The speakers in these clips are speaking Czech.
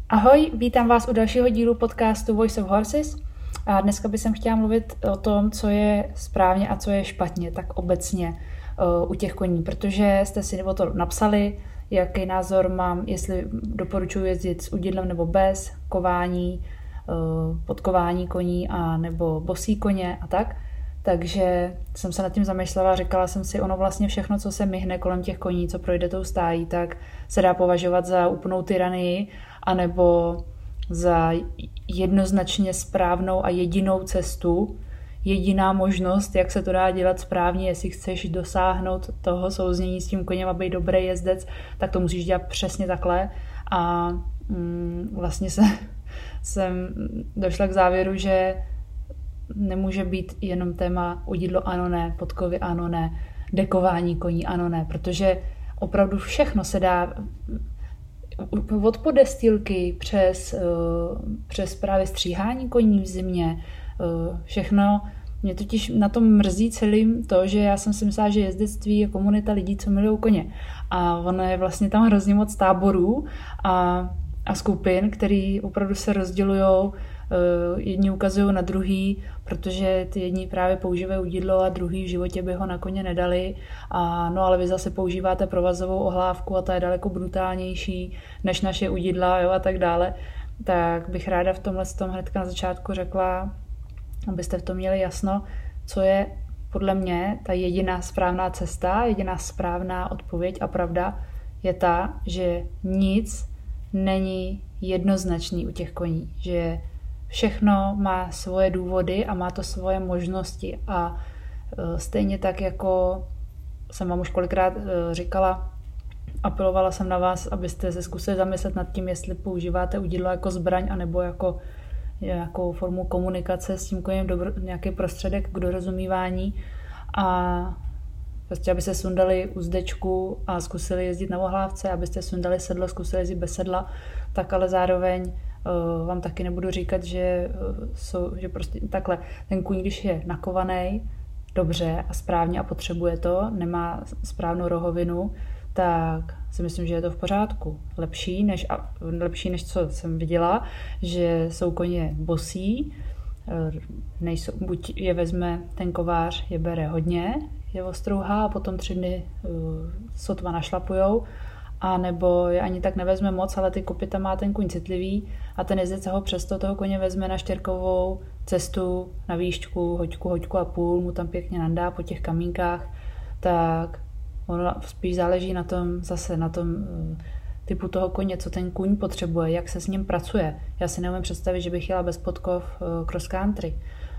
Ahoj, vítám vás u dalšího dílu podcastu Voice of Horses a dneska bych chtěla mluvit o tom, co je správně a co je špatně, tak obecně u těch koní, protože jste si o to napsali, jaký názor mám, jestli doporučuji jezdit s udidlem nebo bez, kování, podkování koní a nebo bosí koně a tak. Takže jsem se nad tím zamýšlela a říkala jsem si, ono vlastně všechno, co se myhne kolem těch koní, co projde tou stájí, tak se dá považovat za úplnou tyranii anebo za jednoznačně správnou a jedinou cestu, jediná možnost, jak se to dá dělat správně, jestli chceš dosáhnout toho souznění s tím koněm a být dobrý jezdec, tak to musíš dělat přesně takhle. A vlastně jsem došla k závěru, že nemůže být jenom téma udidlo ano ne, podkovy ano ne, dekování koní ano ne, protože opravdu všechno se dá od podestýlky přes právě stříhání koní v zimě, všechno. Mě totiž na tom mrzí celým to, že já jsem si myslela, že jezdectví je komunita lidí, co milují koně. A ono je vlastně tam hrozně moc táborů a skupin, který opravdu se rozdělujou, jedni ukazují na druhý, protože ty jedni právě používají udidlo a druhý v životě by ho na koně nedali. Ale vy zase používáte provazovou ohlávku a ta je daleko brutálnější než naše udidla, jo, a tak dále. Tak bych ráda v tomhle hnedka na začátku řekla, abyste v tom měli jasno, co je podle mě ta jediná správná cesta, jediná správná odpověď a pravda je ta, že nic není jednoznačný u těch koní, že všechno má svoje důvody a má to svoje možnosti a stejně tak, jako jsem vám už kolikrát říkala, apelovala jsem na vás, abyste se zkusili zamyslet nad tím, jestli používáte udidlo jako zbraň anebo jako nějakou formu komunikace s tím koněm, nějaký prostředek k dorozumívání a prostě abyste sundali uzdečku a zkusili jezdit na ohlávce, abyste sundali sedlo, zkusili jezdit bez sedla, tak ale zároveň vám taky nebudu říkat, že prostě takhle, ten kůň, když je nakovaný dobře a správně a potřebuje to, nemá správnou rohovinu, tak si myslím, že je to v pořádku. Lepší než co jsem viděla, že jsou koně bosí, buď je vezme ten kovář, je bere hodně, je ostrouhá a potom 3 dny sotva našlapujou, a nebo je ani tak nevezme moc, ale ty kopyta má ten kůň citlivý a ten jezdec ho přesto toho koně vezme na štěrkovou cestu, na výšku, hoďku a půl, mu tam pěkně nandá po těch kamínkách, tak ono spíš záleží na tom typu toho koně, co ten kůň potřebuje, jak se s ním pracuje. Já si neumím představit, že bych jela bez podkov cross country.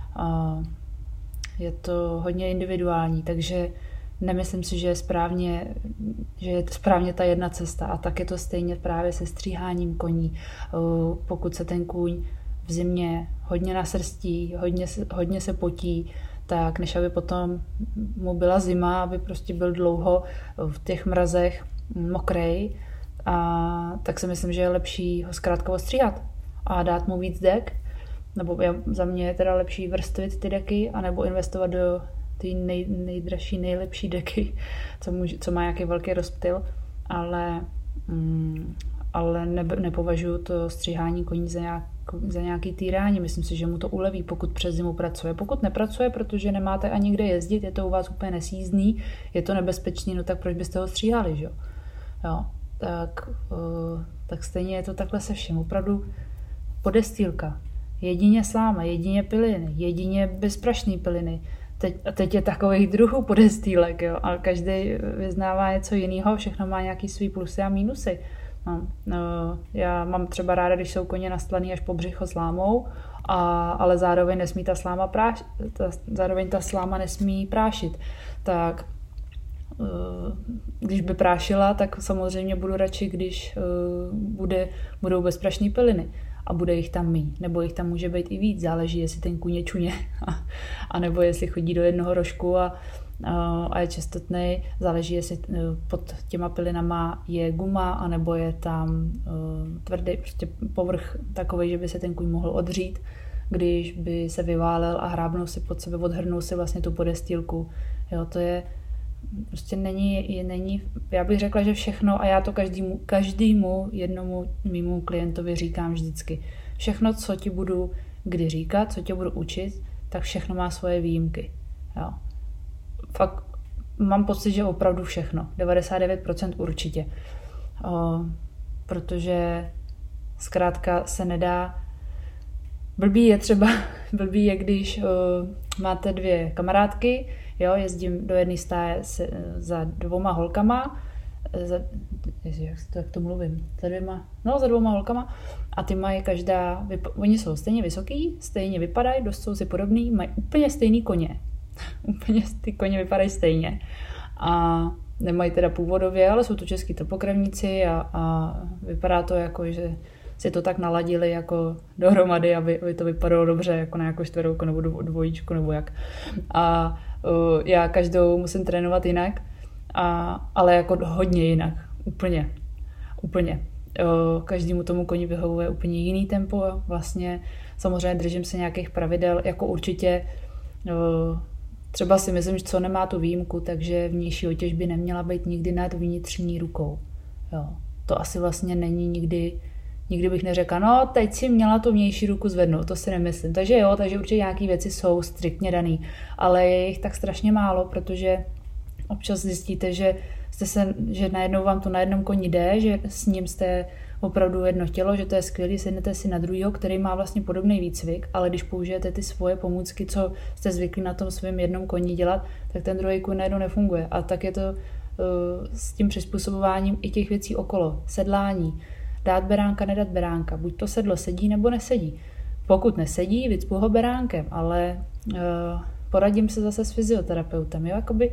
Je to hodně individuální, takže nemyslím si, že je správně ta jedna cesta. A tak je to stejně právě se stříháním koní. Pokud se ten kůň v zimě hodně nasrstí, hodně se potí, tak než aby potom mu byla zima, aby prostě byl dlouho v těch mrazech mokrej, tak si myslím, že je lepší ho zkrátka ostříhat a dát mu víc dek, nebo za mě je teda lepší vrstvit ty deky, anebo investovat do ty nejdražší, nejlepší deky, co má nějaký velký rozptyl, ale nepovažuji to stříhání koní za nějaký týrání. Myslím si, že mu to uleví, pokud přes zimu pracuje. Pokud nepracuje, protože nemáte ani kde jezdit, je to u vás úplně nesjízdný, je to nebezpečný, no tak proč byste ho stříhali, že jo? Tak stejně je to takhle se všem. Opravdu podestýlka, jedině sláma, jedině piliny, jedině bezprašný piliny. Teď je takových druhů podestýlek, jo, a každý vyznává něco jiného, všechno má nějaký svý plusy a mínusy. Já mám třeba ráda, když jsou koně nastlaný až po břicho slámou, ale zároveň nesmí zároveň ta sláma nesmí prášit. Tak když by prášila, tak samozřejmě budu radši, když budou bezprašný piliny a bude jich tam míň, nebo jich tam může být i víc, záleží, jestli ten kůň je čuně, a nebo jestli chodí do jednoho rožku a je čistotnej, záleží, jestli pod těma pilinama je guma, anebo je tam tvrdý prostě povrch takový, že by se ten kůň mohl odřít, když by se vyválel a hrábnul si pod sebe, odhrnul si vlastně tu podestýlku. Jo, to je prostě není, já bych řekla, že všechno, a já to každému jednomu mému klientovi říkám vždycky, všechno, co ti budu kdy říkat, co tě budu učit, tak všechno má svoje výjimky. Jo. Fakt mám pocit, že opravdu všechno, 99% určitě. Protože zkrátka se nedá. Blbý je, když máte 2 kamarádky, jo, jezdím do jedné stáje za 2 holkama, jak to mluvím, za 2 holkama a ty mají každá, oni jsou stejně vysoký, stejně vypadají, dost jsou si podobný, mají úplně stejný koně. Úplně ty koně vypadají stejně. A nemají teda původově, ale jsou to český topokrevníci a vypadá to jako, že si to tak naladili jako dohromady, aby to vypadalo dobře, jako na jako 4 nebo 2 nebo jak. A já každou musím trénovat jinak, ale jako hodně jinak. Úplně. Každému tomu koni vyhovuje úplně jiný tempo. Vlastně samozřejmě držím se nějakých pravidel, jako určitě třeba si myslím, že co nemá tu výjimku, takže vnější otěž by neměla být nikdy nad vnitřní rukou. Jo. To asi vlastně není nikdy bych neřekla, no teď si měla tu vnější ruku zvednout, to si nemyslím. Takže určitě nějaké věci jsou striktně daný, ale je jich tak strašně málo, protože občas zjistíte, že najednou vám to na jednom koni jde, že s ním jste opravdu jedno tělo, že to je skvělý, sednete si na druhýho, který má vlastně podobný výcvik, ale když použijete ty svoje pomůcky, co jste zvyklí na tom svém jednom koni dělat, tak ten druhý kůň najednou nefunguje. A tak je to s tím přizpůsobováním i těch věcí okolo. Sedlání, dát beránka, nedat beránka, buď to sedlo sedí nebo nesedí. Pokud nesedí, vycpu ho beránkem, ale poradím se zase s fyzioterapeutem. Jo? Jakoby,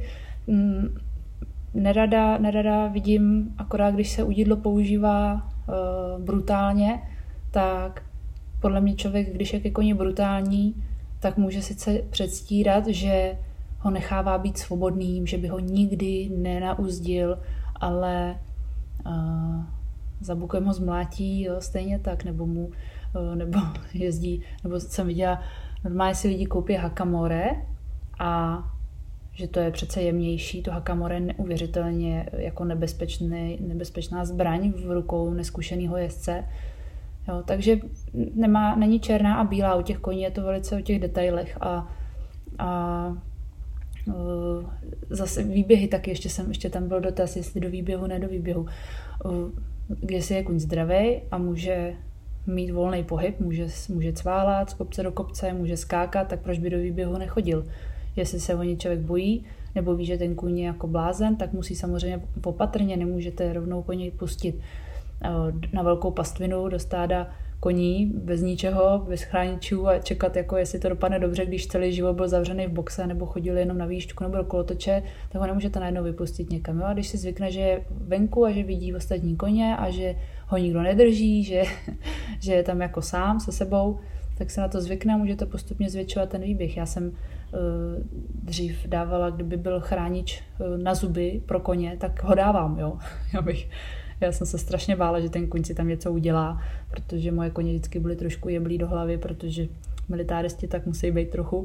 nerada vidím, akorát když se udidlo používá brutálně, tak podle mě člověk, když je ke koni brutální, tak může sice předstírat, že ho nechává být svobodným, že by ho nikdy nenauzdil, ale za bukem ho zmlátí, jo, stejně tak, nebo jezdí, nebo jsem viděla, normálně si lidi koupí hakamore a že to je přece jemnější, to hakamore je neuvěřitelně jako nebezpečná zbraň v rukou neskušeného jezdce. Jo, takže není černá a bílá u těch koní, je to velice o těch detailech a zase výběhy taky, ještě tam byl dotaz, jestli do výběhu, ne do výběhu. Když je kuň zdravý a může mít volný pohyb, může cválat z kopce do kopce, může skákat, tak proč by do výběhu nechodil? Jestli se o ně člověk bojí, nebo ví, že ten kůň je jako blázen, tak musí samozřejmě opatrně, nemůžete rovnou koně pustit na velkou pastvinu do stáda koní, bez ničeho, bez chráničů a čekat, jako jestli to dopadne dobře, když celý život byl zavřený v boxe nebo chodil jenom na výšku nebo do kolotoče, tak ho nemůžete najednou vypustit někam. Jo? A když si zvykne, že je venku a že vidí ostatní koně a že ho nikdo nedrží, že je tam jako sám se sebou, tak se na to zvykne a můžete postupně zvětšovat ten výběh. Já jsem dřív dávala, kdyby byl chránič na zuby pro koně, tak ho dávám. Jo? Já jsem se strašně bála, že ten kuň si tam něco udělá, protože moje koně vždycky byly trošku jeblí do hlavy, protože militáristi tak musí být trochu,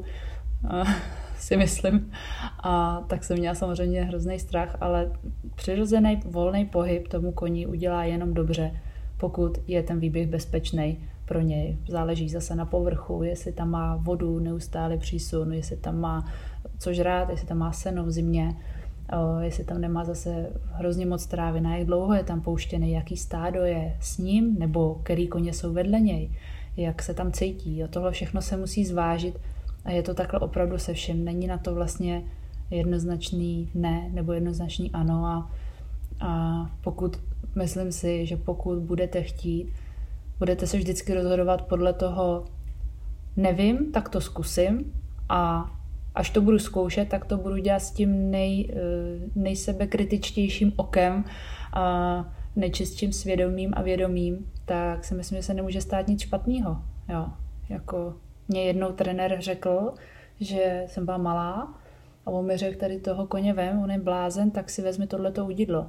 si myslím. A tak jsem měla samozřejmě hrozný strach, ale přirozený volný pohyb tomu koni udělá jenom dobře, pokud je ten výběh bezpečný pro něj. Záleží zase na povrchu, jestli tam má vodu, neustále přísun, jestli tam má co žrát, jestli tam má seno v zimě, jestli tam nemá zase hrozně moc trávy, na jak dlouho je tam pouštěný, jaký stádo je s ním, nebo který koně jsou vedle něj, jak se tam cítí. A tohle všechno se musí zvážit a je to takhle opravdu se všem. Není na to vlastně jednoznačný ne nebo jednoznačný ano a myslím si, že pokud budete chtít, budete se vždycky rozhodovat podle toho nevím, tak to zkusím a až to budu zkoušet, tak to budu dělat s tím nejsebekritičtějším okem a nejčistším svědomím a vědomím, tak si myslím, že se nemůže stát nic špatného. Jo. Jako mě jednou trenér řekl, že jsem byla malá a on mi řekl, tady toho koně vem, on je blázen, tak si vezmi tohleto udidlo.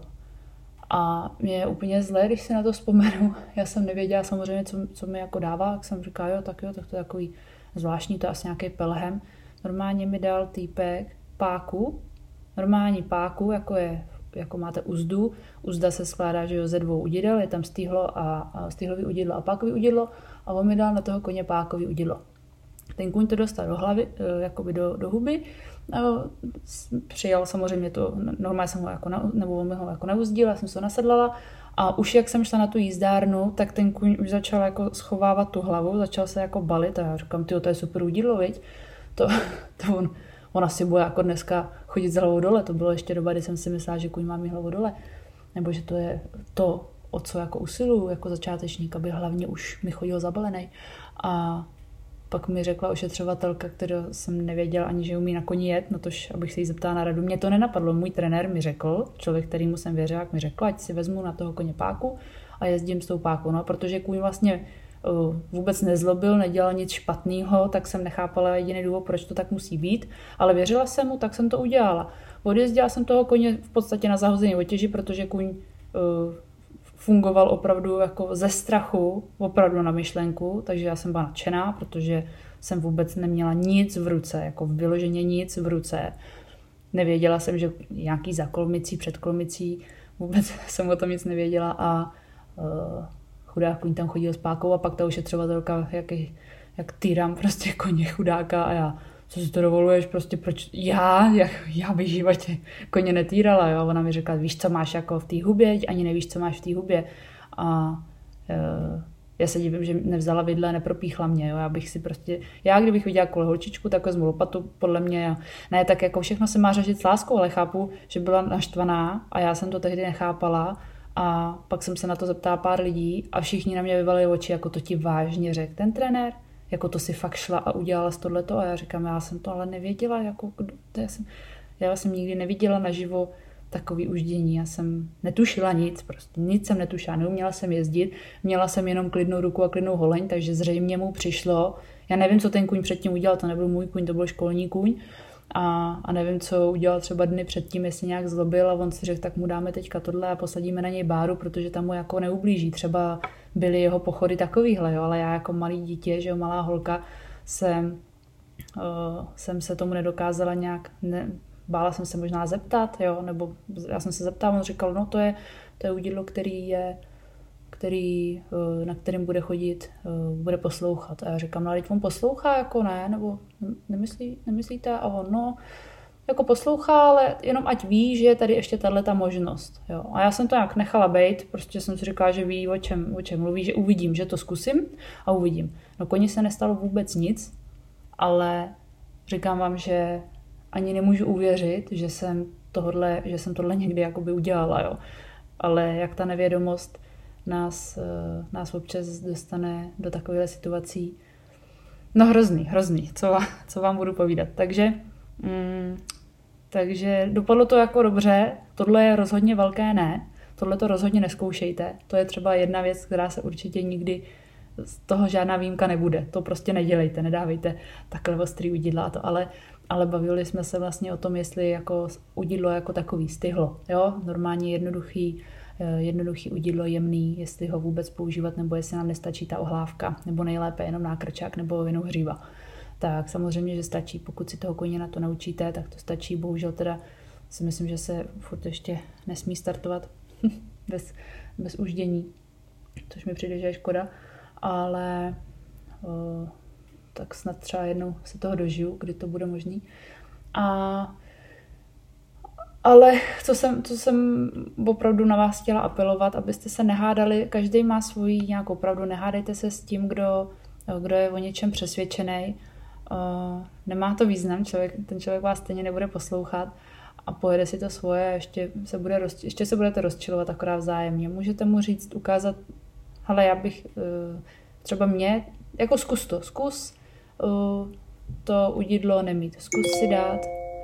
A mě je úplně zlé, když si na to vzpomenu. Já jsem nevěděla samozřejmě, co mi jako dává, tak jsem říkala, tak to je takový zvláštní, to je asi nějaký pelhem. Normálně mi dal týpek páku normální páku, jako máte uzdu. Uzda se skládá, že jo, ze 2 udidel, je tam stýhlový udidlo a pákový udidlo a on mi dal na toho koně pákový udidlo. Ten kůň to dostal do hlavy, jakoby do huby. Přijal samozřejmě to, normálně jsem ho jako, nebo on mi ho jako neuzdil, já jsem se ho nasedlala a už jak jsem šla na tu jízdárnu, tak ten kůň už začal jako schovávat tu hlavu, začal se jako balit a já říkám, tyjo, to je super udidlo, viď? To on asi bude jako dneska chodit s hlavou dole, to bylo ještě doba, kdy jsem si myslela, že kůň má mít hlavu dole, nebo že to je to, o co jako usiluju jako začátečník, aby hlavně už mi chodil zabalený. A pak mi řekla ošetřovatelka, kterou jsem nevěděla ani, že umí na koni jet, natož abych se jí zeptala na radu. Mě to nenapadlo, můj trenér mi řekl, člověk, kterýmu jsem věřila, mi řekl, ať si vezmu na toho koně páku a jezdím s tou pákou. No, protože kůň vlastně vůbec nezlobil, nedělal nic špatného, tak jsem nechápala jediný důvod, proč to tak musí být, ale věřila jsem mu, tak jsem to udělala. Odjezdila jsem toho koně v podstatě na zahozený otěži, protože kůň fungoval opravdu jako ze strachu, opravdu na myšlenku, takže já jsem byla nadšená, protože jsem vůbec neměla nic v ruce, jako vyloženě nic v ruce. Nevěděla jsem, že nějaký za kolmicí, před kolmicí, vůbec jsem o tom nic nevěděla a chudák kůň tam chodil s pákou a pak ta ošetřovatelka, jak týrám prostě koně chudáka a já, co si to dovoluješ, prostě proč já bych v životě koně netýrala, jo, ona mi řekla, víš, co máš jako v té hubě, ani nevíš, co máš v té hubě a já se divím, že nevzala vidle, nepropíchla mě, jo, já kdybych viděla kole holčičku, tak vezmu lopatu, podle mě, ne, tak jako všechno se má řešit s láskou, ale chápu, že byla naštvaná a já jsem to tehdy nechápala. A pak jsem se na to zeptala pár lidí a všichni na mě vyvalili oči, jako to ti vážně řekl ten trenér, jako to si fakt šla a udělala z tohleto a já říkám, já jsem to ale nevěděla, jako já jsem nikdy neviděla naživo takový uždění, já jsem netušila nic, prostě nic jsem netušila, neuměla jsem jezdit, měla jsem jenom klidnou ruku a klidnou holeň, takže zřejmě mu přišlo, já nevím, co ten kůň předtím udělal, to nebyl můj kůň, to byl školní kůň, a nevím, co udělal třeba dny předtím, jestli nějak zlobil a on si řekl, tak mu dáme teďka tohle a posadíme na něj báru, protože tam mu jako neublíží. Třeba byly jeho pochody takovýhle, jo, ale já jako malý dítě, že jo, malá holka, jsem se tomu nedokázala nějak, bála jsem se možná zeptat, jo, nebo já jsem se zeptala, on říkal, no to je udidlo, na kterým bude chodit, bude poslouchat. A já říkám, no teď on poslouchá, jako ne, nebo nemyslíte? A on, no, jako poslouchá, ale jenom ať ví, že je tady ještě tato možnost. Jo. A já jsem to nějak nechala bejt, prostě jsem si říkala, že ví, o čem mluví, že uvidím, že to zkusím a uvidím. No koni se nestalo vůbec nic, ale říkám vám, že ani nemůžu uvěřit, že jsem tohle někdy jakoby udělala, jo. Ale jak ta nevědomost nás občas dostane do takových situací. No hrozný, co vám budu povídat. Takže dopadlo to jako dobře, tohle je rozhodně velké ne, tohle to rozhodně nezkoušejte. To je třeba jedna věc, která se určitě nikdy z toho žádná výjimka nebude. To prostě nedělejte, nedávejte takhle ostrý udidla a to, ale bavili jsme se vlastně o tom, jestli jako udidlo jako takový styhlo, jo, normálně jednoduchý udidlo, jemný, jestli ho vůbec používat, nebo jestli nám nestačí ta ohlávka, nebo nejlépe jenom nákrčák nebo jenom hříva. Tak samozřejmě, že stačí, pokud si toho koně na to naučíte, tak to stačí, bohužel teda si myslím, že se furt ještě nesmí startovat bez uždění, což mi přijde, že je škoda, ale tak snad třeba jednou se toho dožiju, kdy to bude možný. Ale co jsem opravdu na vás chtěla apelovat, abyste se nehádali, každý má svoji nějakou pravdu, nehádejte se s tím, kdo je o něčem přesvědčený. Nemá to význam, ten člověk vás stejně nebude poslouchat a pojede si to svoje a ještě se budete rozčilovat akorát vzájemně. Můžete mu říct, ukázat, hele, já bych třeba mě, jako zkus to udidlo nemít, zkus si dát.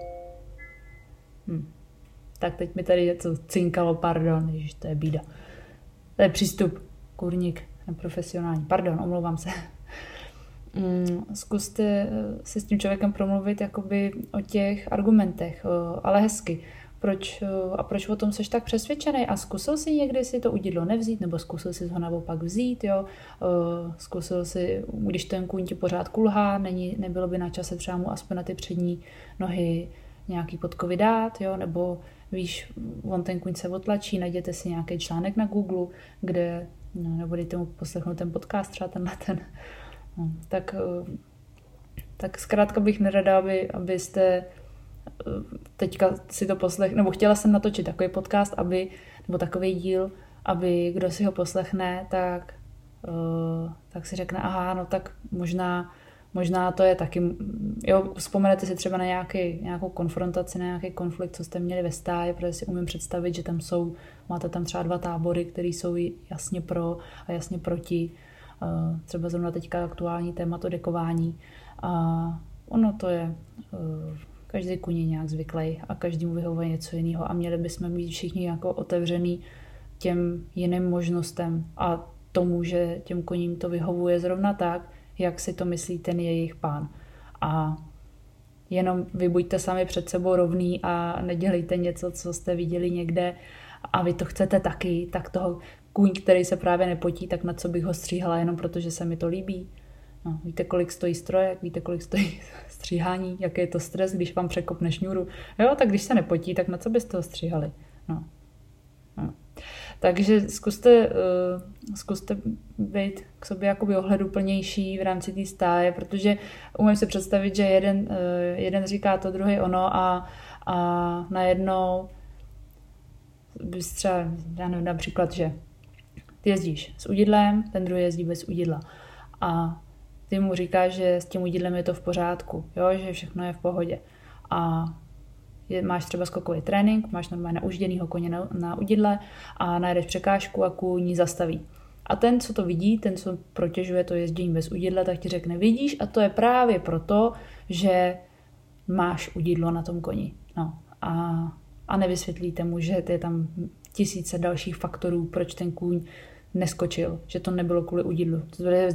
Tak teď mi tady něco cinkalo, pardon, ježiš, to je bída. To je přístup, kurník, neprofesionální, pardon, omlouvám se. Zkuste si s tím člověkem promluvit jakoby o těch argumentech, ale hezky. Proč o tom seš tak přesvědčený? A zkusil si někdy si to udidlo nevzít, nebo zkusil si ho naopak vzít, jo? Zkusil si, když ten kůň ti pořád kulhá, nebylo by na čase třeba mu aspoň na ty přední nohy nějaký podkovy dát, jo, nebo víš, on ten kůň se otlačí, najděte si nějaký článek na Google, kde, no, nebo dejte mu poslechnout ten podcast, třeba tenhle ten. No, tak zkrátka bych nerada, abyste teďka si to nebo chtěla jsem natočit takový podcast, nebo takový díl, aby kdo si ho poslechne, tak si řekne, aha, no tak možná to je taky, jo, vzpomenete si třeba na nějakou konfrontaci, na nějaký konflikt, co jste měli ve stáji, protože si umím představit, že tam máte tam třeba 2 tábory, které jsou jasně pro a jasně proti. Třeba zrovna teďka aktuální téma to dekování. A ono to je, každý kůň je nějak zvyklý a každému vyhovuje něco jiného a měli bychom být všichni jako otevřený těm jiným možnostem a tomu, že těm koním to vyhovuje zrovna tak, jak si to myslí ten jejich pán. A jenom vy buďte sami před sebou rovný a nedělejte něco, co jste viděli někde a vy to chcete taky, tak toho kůň, který se právě nepotí, tak na co bych ho stříhala, jenom protože se mi to líbí. No, víte, kolik stojí strojek, víte, kolik stojí stříhání, jaký je to stres, když vám překopne šňůru. Jo, tak když se nepotí, tak na co byste ho stříhali? No. Takže zkuste být k sobě jakoby ohleduplnější v rámci té stáje, protože umím si představit, že jeden říká to, druhý ono a najednou bys třeba, já nevím, například, že ty jezdíš s udidlem, ten druhý jezdí bez udidla a ty mu říkáš, že s tím udidlem je to v pořádku, jo, že všechno je v pohodě a máš třeba skokový trénink, máš normálně naužděnýho koně na udidle a najedeš překážku a kůň zastaví. A ten, co to vidí, ten, co protěžuje to jezdění bez udidle, tak ti řekne, vidíš, a to je právě proto, že máš udidlo na tom koni. No. A nevysvětlíte mu, že je tam tisíce dalších faktorů, proč ten kůň neskočil, že to nebylo kvůli udidlu. To je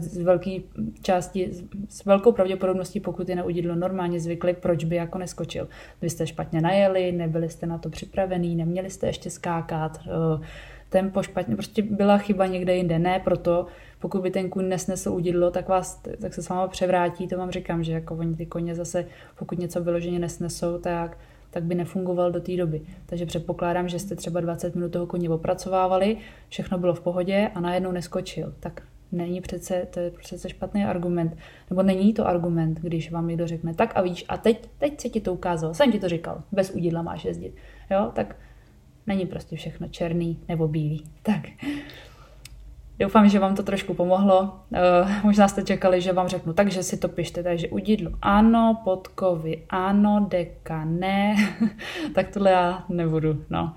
s velkou pravděpodobností, pokud je na udidlo normálně zvyklý, proč by jako neskočil. Vy jste špatně najeli, nebyli jste na to připravený, neměli jste ještě skákat, tempo špatně, prostě byla chyba někde jinde. Ne proto, pokud by ten kůň nesnesl udidlo, tak se s váma převrátí, to vám říkám, že jako oni ty koně zase, pokud něco vyloženě nesnesou, tak by nefungoval do té doby. Takže předpokládám, že jste třeba 20 minut toho koně opracovávali, všechno bylo v pohodě a najednou neskočil. Tak to je přece špatný argument. Nebo není to argument, když vám někdo řekne, tak a víš, a teď se ti to ukázalo, jsem ti to říkal, bez udidla máš jezdit. Jo, tak není prostě všechno černý nebo bílý. Tak doufám, že vám to trošku pomohlo. Možná jste čekali, že vám řeknu, takže si to pište, takže udidlo ano, podkovy ano, deka ne, tak tohle já nebudu, no.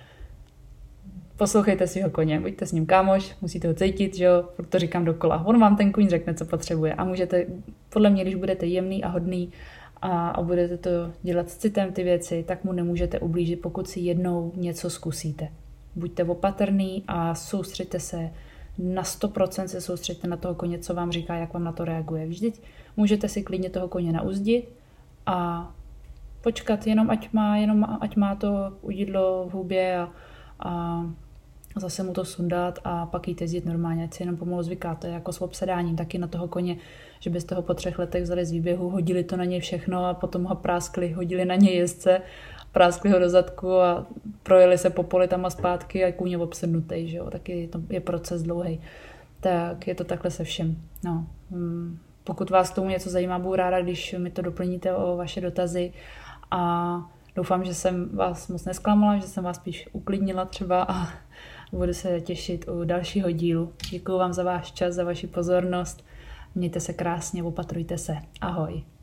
Poslouchejte si ho koně, buďte s ním kámoš, musíte ho cítit, že jo, to říkám dokola. On vám ten kůň řekne, co potřebuje a můžete, podle mě, když budete jemný a hodný a budete to dělat s citem ty věci, tak mu nemůžete ublížit, pokud si jednou něco zkusíte. Buďte opatrný a soustřeďte se na 100% se soustřeďte na toho koně, co vám říká, jak vám na to reaguje. Vždyť můžete si klidně toho koně nauzdit a počkat, jenom ať má to udidlo v hubě a zase mu to sundat a pak jít jezdit normálně, ať si jenom pomalu zvykáte, jako s obsedáním, taky na toho koně, že byste ho po 3 letech vzali z výběhu, hodili to na něj všechno a potom ho práskli, hodili na něj jezdce, práskli ho do zadku a projeli se po poli tam a zpátky a kůň je obsednutý, že jo, taky to je proces dlouhý. Tak je to takhle se všem. No. Pokud vás k tomu něco zajímá, budu ráda, když mi to doplníte o vaše dotazy a doufám, že jsem vás moc nesklamala, že jsem vás spíš uklidnila třeba a budu se těšit u dalšího dílu. Děkuji vám za váš čas, za vaši pozornost. Mějte se krásně, opatrujte se. Ahoj.